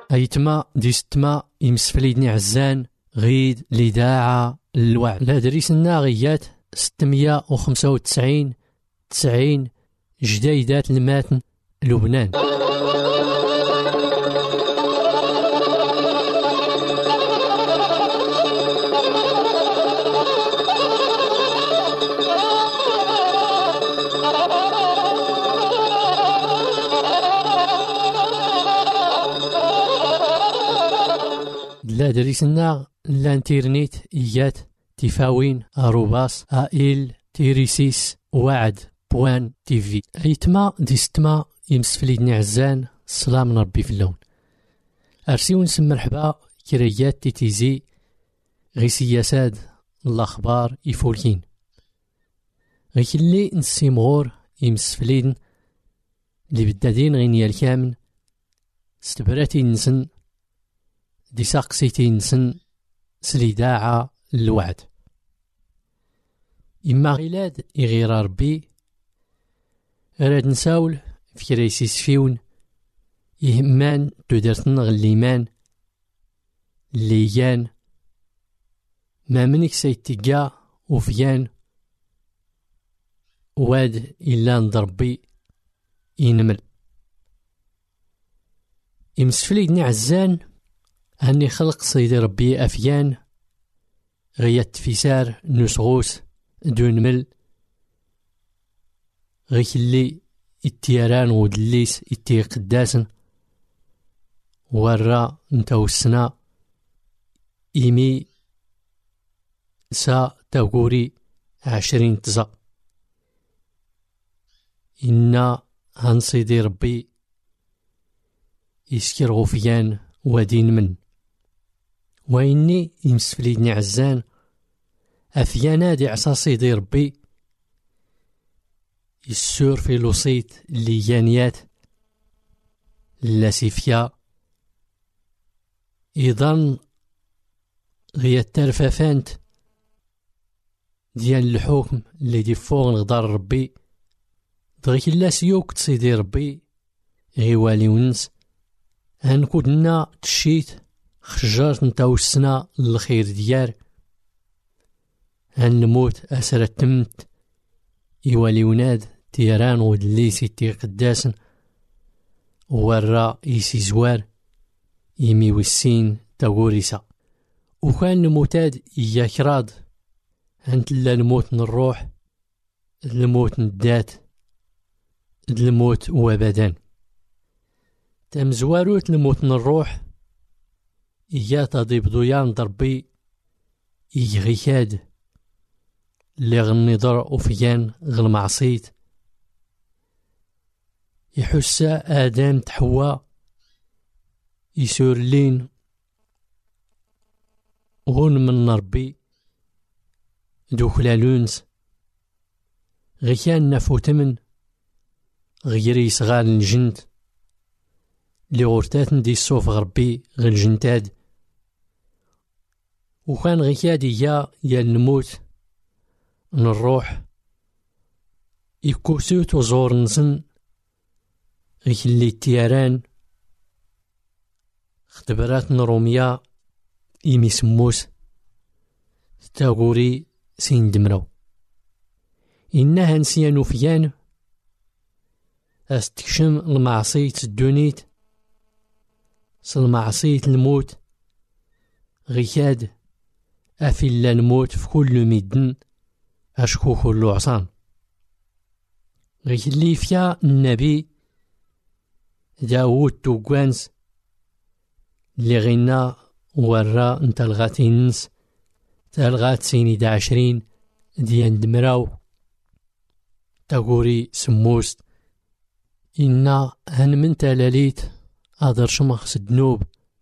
أيتما ديستما يمسفليدني عزان غيد لداعة الوعد. لا دريسنا غيات 695 90 جديدات الماتن لبنان. لا دريسنا الانترنت إيات تفاوين أروباس آئل تيريسيس وعد بوان تيفي. أيتما ديستما يمسفليدني عزان السلام ربي في اللون. أرسيو نسمى مرحبا كريات تيتيزي غي سياسات الأخبار يفولكين غي كلي نسيمغور يمسفليدن اللي بدادين غينيا الكامن استبراتي نسن دي ساقسيتي نسن سليداعة الوعد. إما غيلاد إغير ربي راد نساول في كريسيس فيون يهمان تدرتن غليمان الليان ما منك سيتقا وفيان واد إلا نضربي ينمل يمسفليدني عزان هني خلق سيدي ربي أفيان غيات فيسار نسغوس دون مل غي اللي التيران ودليس التي قداسن ورا نتوسنا إيمي سا تاغوري 20 تزا إنا هنصيدي ربي يسكر غفيان ودين من وإني يمسفليدني عزان أفيانا دي عصاصي ربي يسور في لوسيط الليانيات اللاسيفيا إذن غيا الترفافانت ديال الحكم اللي دي فوق نغدار ربي دغيك اللاسيوك تصيدي ربي غيوالي ونس هنكودنا تشيت خجارت نتاوسنا الخير ديار هنموت أسرة تمت يوالي وناد تيران ودليسي تي قداسن ورا يسي زوار يمي والسين تاغوريسا وكان نموتاد إياك راد هنتلا الموت نروح الموت ندات الموت وابدان تمزواروت الموت نروح إيا تضيب ضيان ضربي إيغيكاد اللي غنضر وفيان غالمعصيت يحسا آدم تحوا يسور لين غون من ربي دوكلالونس غيكان نفوتمن غيري صغار الجند اللي غورتات ندي الصوف غربي غير الجنتاد وكان غيكادي يا الموت نروح يكوسوت وزور نزن غيك اللي التياران اختبارات نروميا إيمي سموس تاغوري سين دمرو إنها نسيان وفيان استكشم المعصية الدونيت المعصية الموت غيكاد أفلا نموت في كل مدن أشكو كل عصان غيك اللي فيا النبي داود توقوانس اللي غينا ورا انت الغاتينس تالغات سيني 20 ديان دمراو تاغوري سموست إنا هنمن تلاليت أدر شمخ الذنوب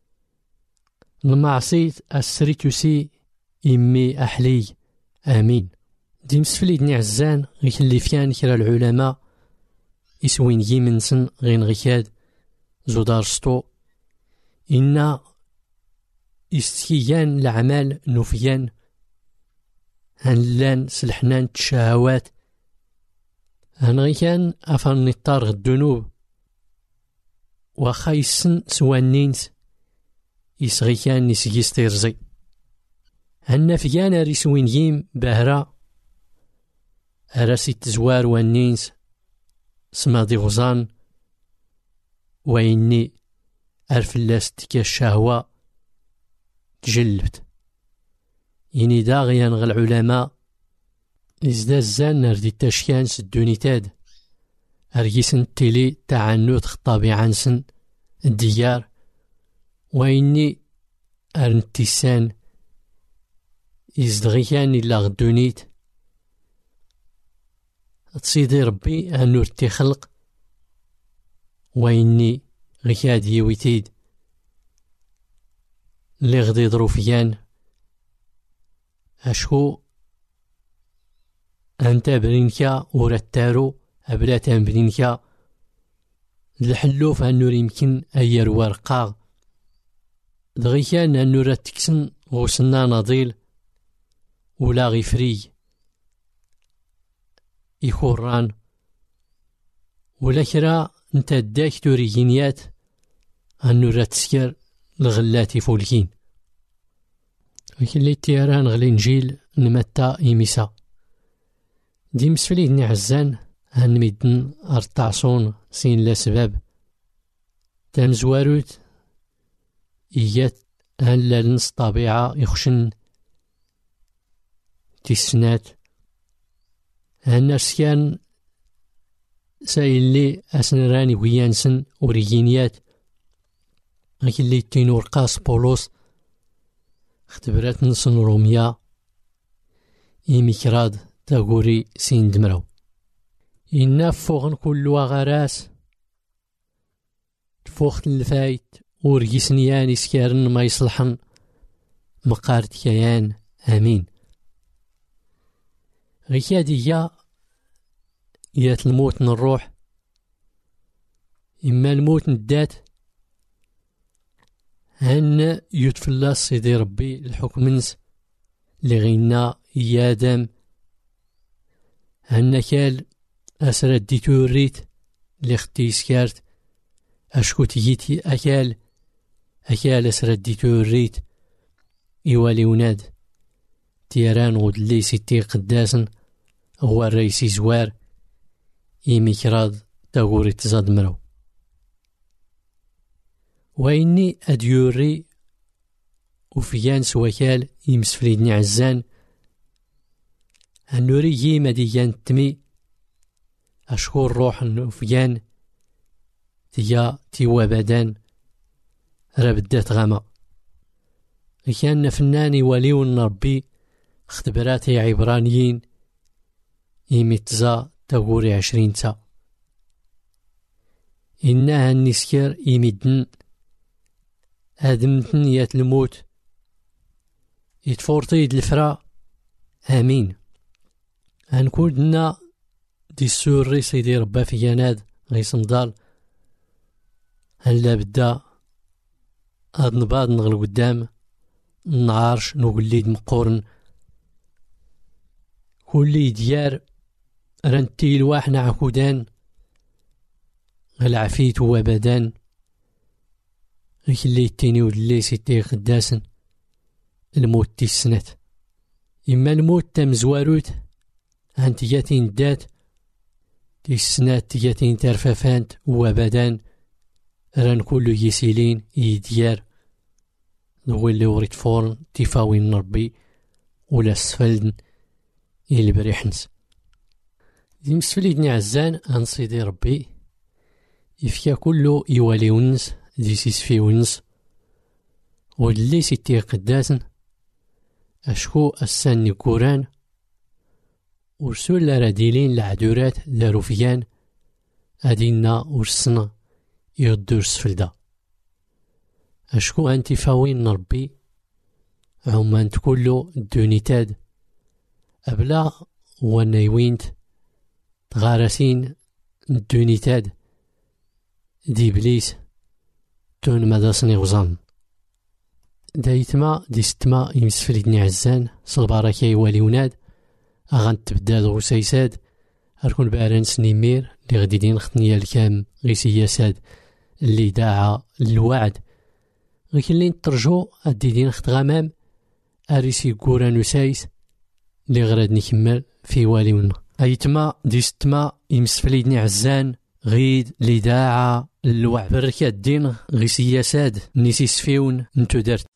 المعصيت السريتوسي إمي أحلي آمين. دي مسفليدني عزان غيك اللي فيان كرا العلماء يسوين يمنسن غين غيكاد زودار سطو إنا استكيان الأعمال نوفيان هنلان سلحنان الشهوات هنغيكان أفن نطار الذنوب وخايسن سوانينس يسغي كان نسيس تيرزي هنا فيانا ريسوين ييم بهرا أراسي تزوار والنينس سمادي غزان ويني أرفلاس تكا الشهوة تجلبت يني داغيا غا العلماء إزدا الزان نردي التاشكان سدوني تاد أرجيسن تيلي تعنوت خطابي عنسن الديار ويني أرنتيسان إزدغيان إلا غدونيت تصيدي ربي أنور تخلق ويني غياد يويتيد اللي غدي ظروفيان أشكو أنت برينكا ورتارو أبلاتا برينكا الحلوف أنور يمكن أير ورقاغ دغيكان أنور تكسن غوسنا نضيل ولا غفري يخوران ولا كرا انت داك توريجينيات أنور تسكر الغلاتي فولكين ولكن اللي تيران غلي نجيل نمتا إيميسا دي مسفلي دني عزان هنميدن أرطعصون سين لا سباب تنزواروت إيات هلا لنس طبيعة يخشن تيسنات هنرسيان سايلي أسنراني ويانسن أوريجينيات لكن اللي تينور قاس بولوس اختبرات نصن روميا إيميكراد تاغوري سين دمرو إنا فوغن كل غراس فوخت الفايت ورجسنيان إسكارن ما يصلحن مقارد كيان آمين غيادية يات الموت نروح إما الموت ندات هن يتفلس سيدي ربي الحكمنس لغينا يادم هن كال أسرد دي توريت لختي سكارت أشكوت يتي أكال أسرد دي توريت إيوالي وناد تيران غدلي ستي قداسن هو الرئيسي زوار إيميكراد تاغوري تزاد مرو وإني أديوري وفيان سواكال يمسفليدني عزان هنوري يما ديان تمي أشكور روح وفيان تيا تيوا بدان ربدات غاما كان فناني وليون ربي اختباراتي عبرانيين إيميتزا تاغوري 20 تا إنها النسكر إيميدن آدمتن يات الموت يتفورطيد الفرا آمين هنكودنا دي السوري سيدي ربا في يناد غيصندال هلا بدا هاد نباد نغل قدام نعارش نقليد مقورن كل ديار رنتي الواحنا عكودان العفيت وبدان اللي تيني ودلي سيتي قداسن الموت تيسنت إما الموت تمزواروت هانت ياتين دات تيسنات تياتين ترفافانت وبدان ران كل يسيلين يديار ذو اللي وريت فورن تفاوين ربي ولا سفلدن البريحنس دي مسفليدني عزان عن سيدي ربي يفكا كله يوالي ونس دي سيسفي ونس ودلي سيتي قداسن أشكو الساني كوران ورسول لرديلين العدورات لروفيان أدينا ورسنا يغدور سفلدا أشكو أنتي فاوين ربي عمان تكلو الدونيتاد أبلا ونايوينت غارسين الدونيتاد دي بليس تون مداسني غزان دايتما دي ستما يمسفليدني عزان صلباركي واليوناد أغان تبدال غسيساد أركون بأران سنيمير اللي غديدين خطنيا الكام غي سياساد اللي داعا الوعد غيك اللي نترجو أدي دين خت غمام أريسي كورانو سايس اللي غراد نكمل في واليونا أيتما ديستما يمسفليدني عزان غيد لداعة اللوع بركة الدين غي سياساد نيسي سفيون نتو درت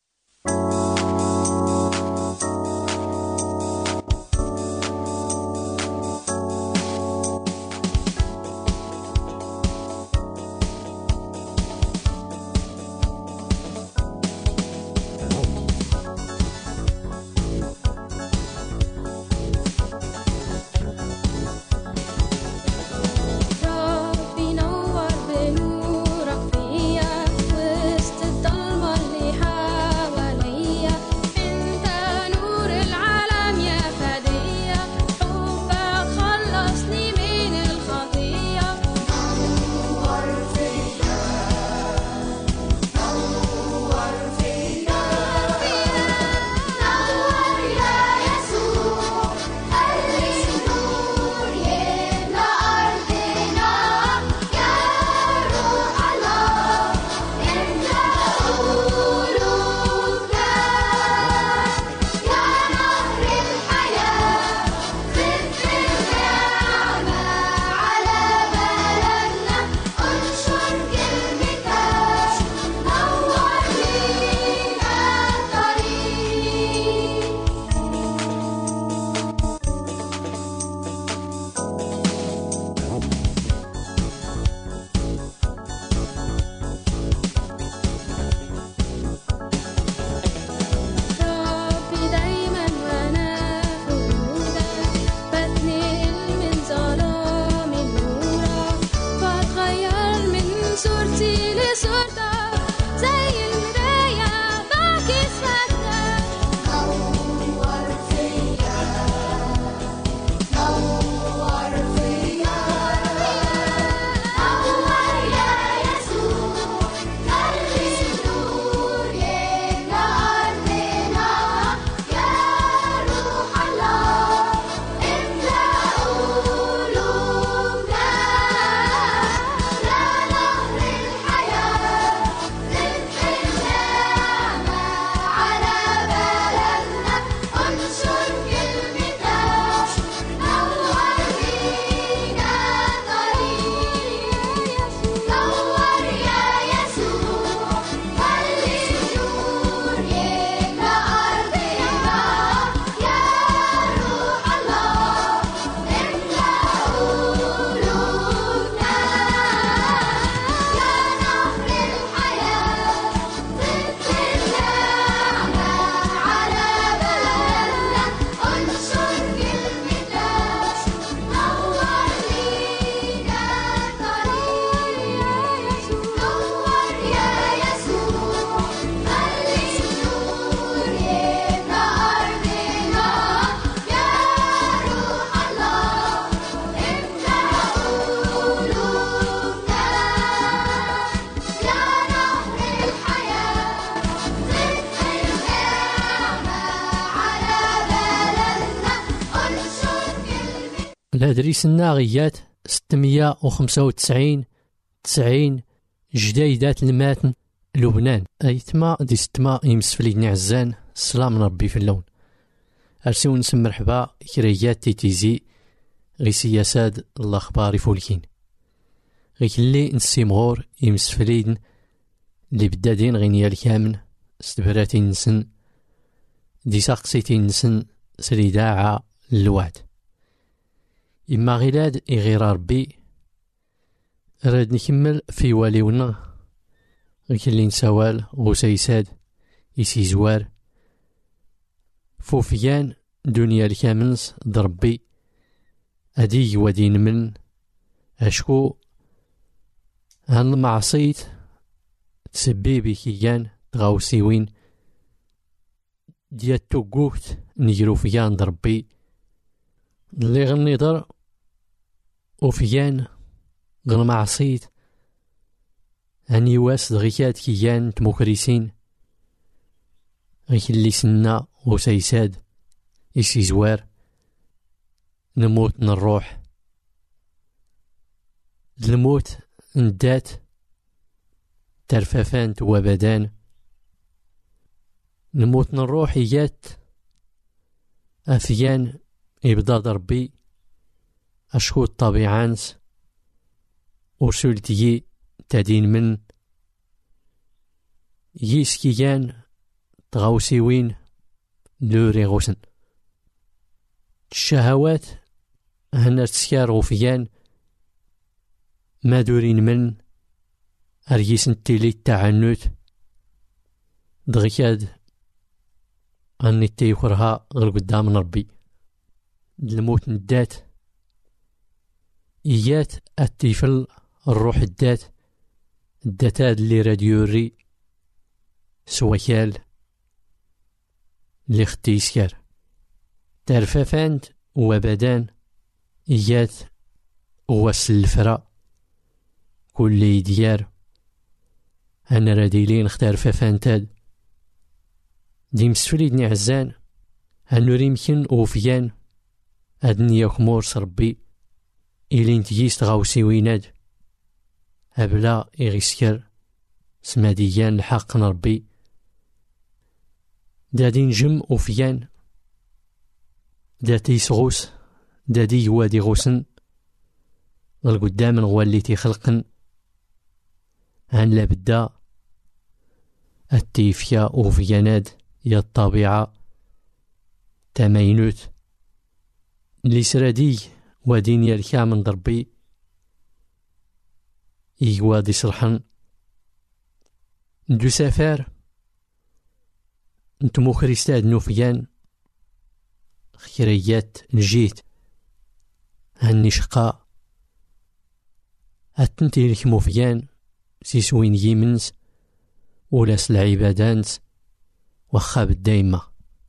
الهدريسنا غيات 695 90 جديدات الماتن لبنان أيتما دي ستما يمسفليدني عزان السلام من ربي في اللون أرسيو نسم مرحبا كريات تيتيزي غي سياساد الأخبار فولكين غي اللي نسيمغور يمسفليدن اللي بدادين غينيا الكامن استبراتي نسن دي ساقسيتي نسن سريداعة الوعد إما غيلاد إغير ربي راد نكمل في واليونا غيك اللي نسوال غسيساد إسي زوار فوفيان دنيا الكامنس ضربي أدي ودين من أشكو هان معصيت تسبيبي كيان تغاوسيوين ديال توقوت نجرو فيان ضربي اللي غنيضر وفيان غير معصيت هاني واس دغيكات كيان تموكريسين غيك اللي سنا وسيساد إسي زوار نموت نروح الموت ندات ترفافان توابدان نموت نروح يات أفيان إبدا ربي أشكو الطبيعانس وسلتي تدين من يسكيان تغوسيوين لوري غوسن الشهوات هنا تسكار غوفيان ما دورين من أريس التيلي التعنت دغيكاد أني تيخرها غير قدام ربي الموت ندات إيات التيفل الروح الداتاد اللي راديوري سوكال اللي ختيسكار ترفافاند وبدان إيات وسلفرا كل ديار أنا راديلين اختار فافانتاد دي مسفليدني عزان هنو ريمكن أوفيان أدني يخمور ربي إلين تجيس تغاوسي ويناد أبلا إغيسكر سماديان الحق ربي دادي نجم أوفيان داتي سغوس دادي يوادي غوسن القدام نغواليتي خلقن هن لابدا التيفيا أوفياناد يا الطبيعة تماينوت لسرادي ودين يركا من ضربي إيوادي صرحن ندو سافار نتمو خريستاد نوفيان خيريات نجيت هني شقاء أتنتي لك موفيان سيسوين يمنس ولاس العبادانس وخاب الدايمة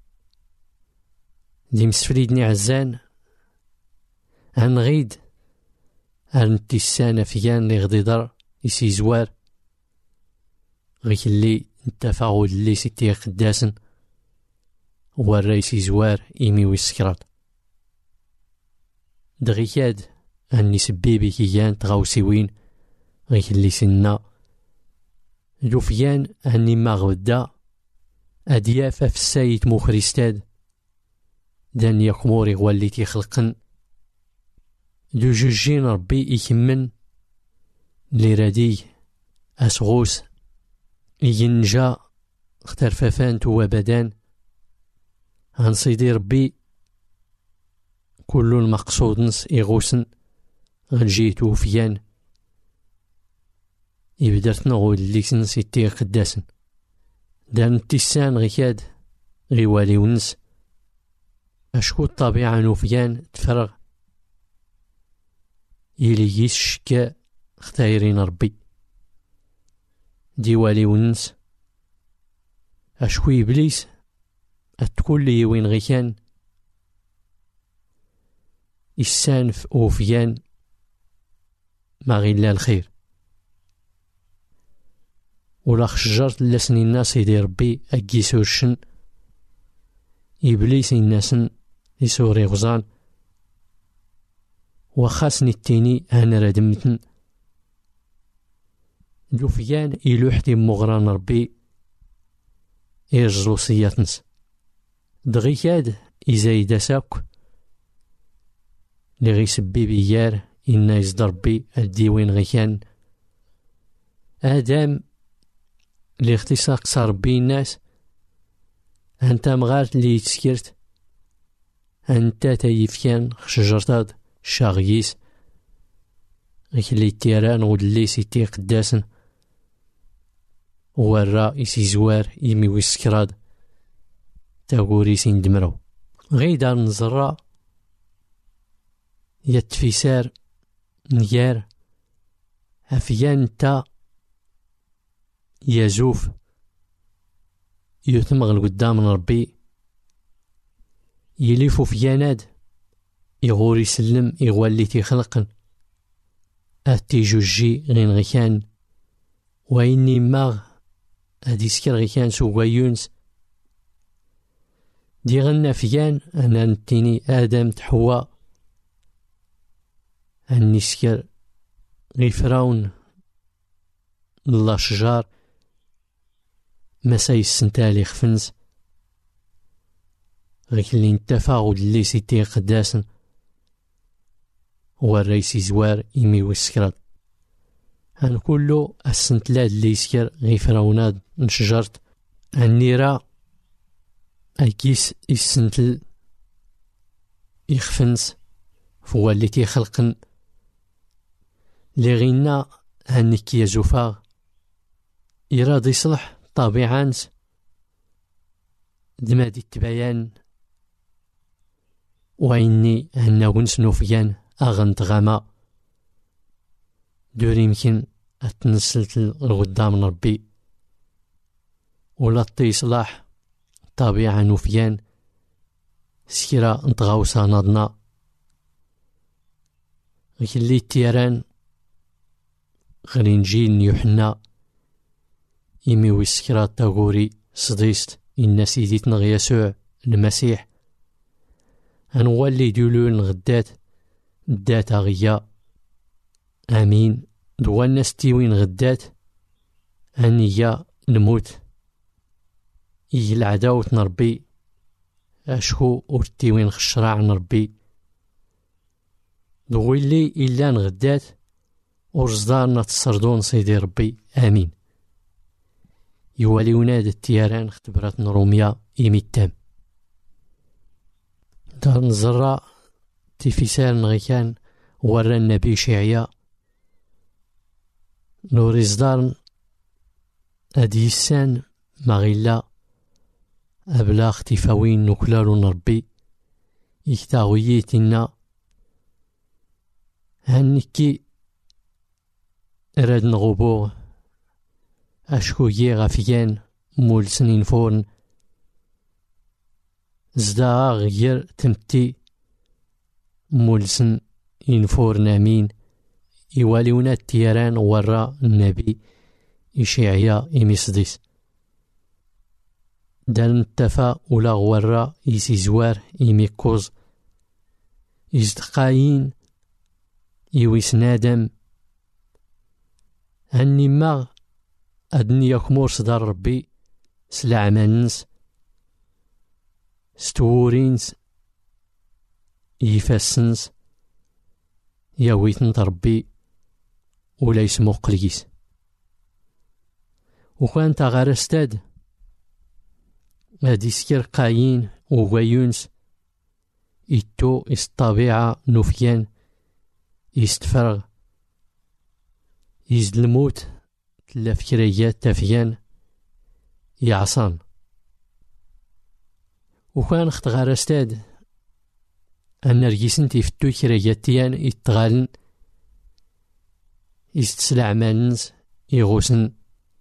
دي مسفريدني عزان هنغيد هرنتي السانة فيان لي غدي در يسي زوار غيك اللي نتفاعل اللي ستي قداسن والرئيسي زوار إيمي ويسكرات دغيكاد هني سبيبي كيان تغاوسيوين غيك اللي سنة جوفيان هني ما غدا أدياف في السايت مخريستاد دان يخموري غوالي تيخلقن دو جوجين ربي يكمن لي رادي أسغوس ينجا اختار فافان تو بدان هنصيدي ربي كل المقصود نس إغوسن غنجيت وفيان يبدرت نغول اللي سنسي تي قداسن دان التسان غيكاد غيوالي ونس أشكو الطبيعة نوفيان تفرغ يلي يشكا اختايرين ربي ديوالي ونس أشكو إبليس أتكل لي وين غيكان السانف أوفيان ما غيلا الخير ولا خشجرت لسني الناس يدي ربي أكي سورشن إبليس الناسن يسوري غزان وخاصني التيني هانا ردمتن جوفيان إلوحتي مغران ربي إرجلو سياتنس دغيكاد إزايدا ساك لغي سبي بيار إنا يزد ربي الديوين غيكان آدم لاختصاق صار بي الناس أنت مغارت لي تسكرت أنت تايفكان خشجرتاد شاغيس غيك اللي تيران ودلي سيتي قداسن ورا يسي زوار يمي ويسكراد تاغوري سين دمرو غيدار نزرع يتفيسار نيار هفيان تا يزوف يتمغل قدام ربي يليفو فياناد يغور يسلم يغوالي تيخلقن أتي جوجي غين غيكان وإني ماغ أدي سكر غيكان سوغا يونس دي غنا فيان أنا نتيني آدم تحوا أني سكر غي فراون الله شجار مساي السنتالي خفنس غيك اللي نتفاغ اللي سيتي قداسن هو الرئيس زوار إيمي ويسكراد هان كله السنتلاد اللي يسكر غي فراوناد نشجرت النيرة أكيس السنتل يخفنس فهو اللي تيخلقن لي غينا هانيك يا زفاغ إراد يصلح طبيعانس دمادي التبيان وإني هناون سنوفيان أغنت غاما دور يمكن أتنسلت الغدام ربي ولا تيصلاح طبيعة نوفيان سكرا نتغاوسا ناضنا غيك اللي تيران غير نجيل يوحنا إيمي ويسكرا تاغوري صديست إن سيديتنا يسوع المسيح هنولي ديولون غدات دات غيا آمين دوانا ستيوين غدات هنيا نموت إيه العداوة نربي أشكو ورتيوين خشراع نربي دويلي إلا نغدات ورزدارنا تصردون سيدي ربي آمين يوالي وناد التياران اختبرات نروميا إيمي التام دار نزرع تيفيسال نغيكان ورا النبي شيعيا نوري زدارن أديسان مغيلا أبلا اختفاوين نكلارو نربي يكتاغييتنا هنكي راد نغوبو أشكو غافيان مول سنين فورن زدا غير تمتي مولسن ينفورن آمين يواليونا التيران ورا النبي إشعيا إميسديس دان التفا ولا غورا يسي زوار إميكوز يزدقاين يويس نادم هني ما أدني يكمور صدر ربي سلع منس ستورينس يفاسنس ياويتن ربي ولا يسمو قليس وكان تغار استاد هادي سكر قايين وغيونس إتو الطبيعة نوفيان يستفرغ يزد الموت تلا فكريات تافيان يعصان وكان اخت غار استاد أن رجيسن تيفتو كريات تيان يتغالن يستسلع مانز يغوسن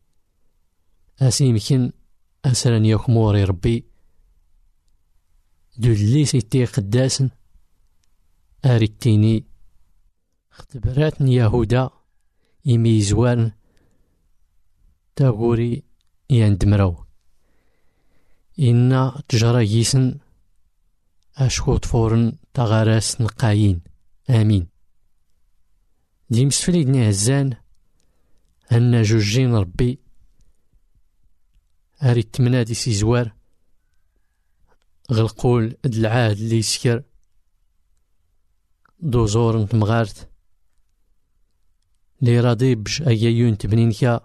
أسيمكن أسران يخموري ربي دولي سيتي قداسن أريتيني اختبراتن يهودا إمي زوان تاغوري يندمرو إنا تجرى يسن أشكوت فورن تغارس نقاين آمين دي مسفلي دني هزان أن جوجين ربي أريد منادي سي زوار غلقول العهد اللي يسكر دوزور نتمغارت لي راضي بج أيايون تبنينكا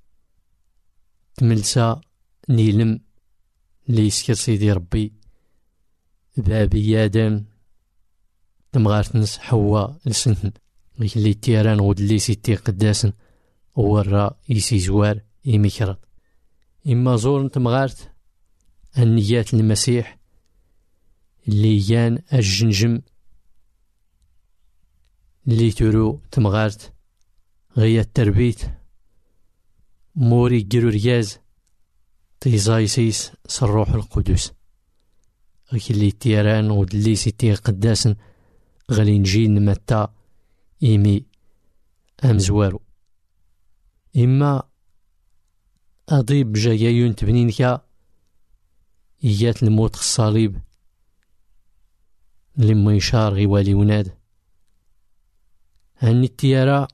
تملسا نيلم اللي يسكر سيدي ربي بابي آدم تمغارت نس حوا لسنن اللي تيران غود اللي سيتي قداسن ورا يسي زوار يميكرات إما زور تمغارت النيات المسيح اللي يان الجنجم اللي ترو تمغارت غيا التربيت موري جرو رياز تيزايسيس سالروح القدس غيك اللي تيران ودلي سيتي قداسن غالي نجي نمتا إيمي أمزوارو إما أضيب جايون تبنينكا إيات الموت الصليب لما يشار غيوالي وناد هني التيارة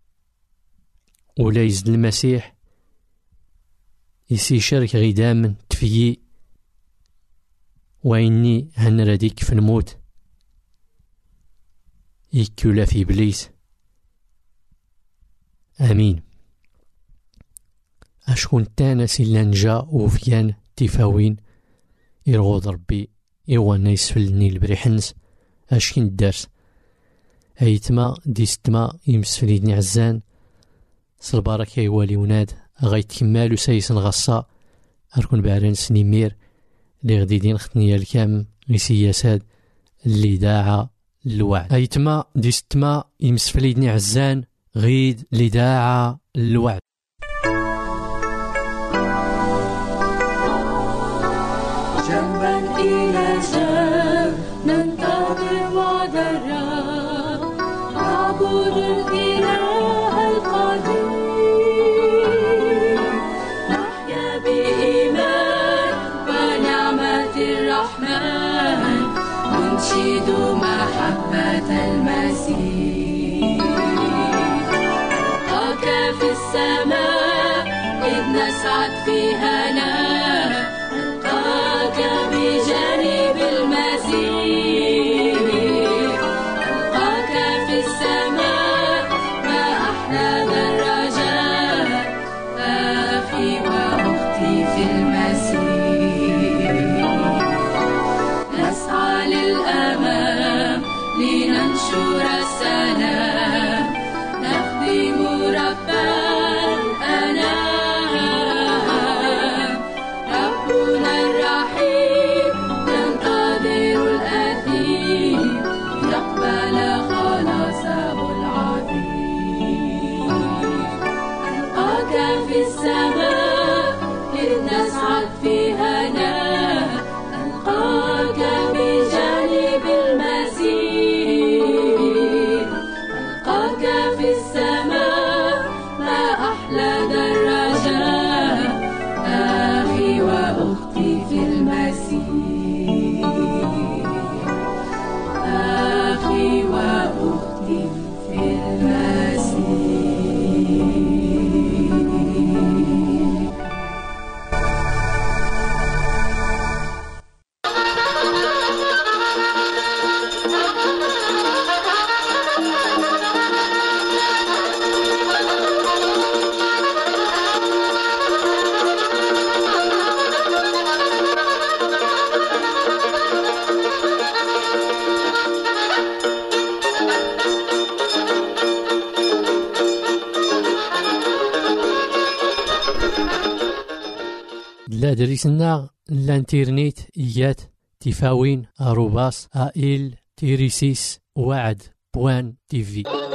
ولا يزد المسيح يسي شارك غيدامن تفيي وإني هنرديك في نموت يكولا في إبليس. آمين. أشكون تانا سيلان جا وفيان تفاوين يرغوض ربي إيوانا يسفلني البريحنس أشكين الدرس أيتما ديستما يمسفليدني عزان صلبارك يوالي وناد غايت كمالو سايسن غصا أركون بعران سنيمير لي غديدين ختنيا الكام غيسياسات اللي داعا الوعد. أيتما ديستما يمسفليدني عزان غيد اللي داعا الوعد. جنبا إلى جنب ننتظر وعد الرب نعبد الإله القدير نحيا بإيمان ونعمة الرحمن ننشد محبة المسيح نلقاك في السماء إذ نسعد في هناء بجانب المسيح ألقاك في السماء ما أحلى ذا الرجاء أخي وأختي في المسيح نسعى للأمام لننشر السلام نخدم ربنا لا دريسنا الانترنت إيات تفاوين أروباس آئل تيريسيس وعد بوان تيفي.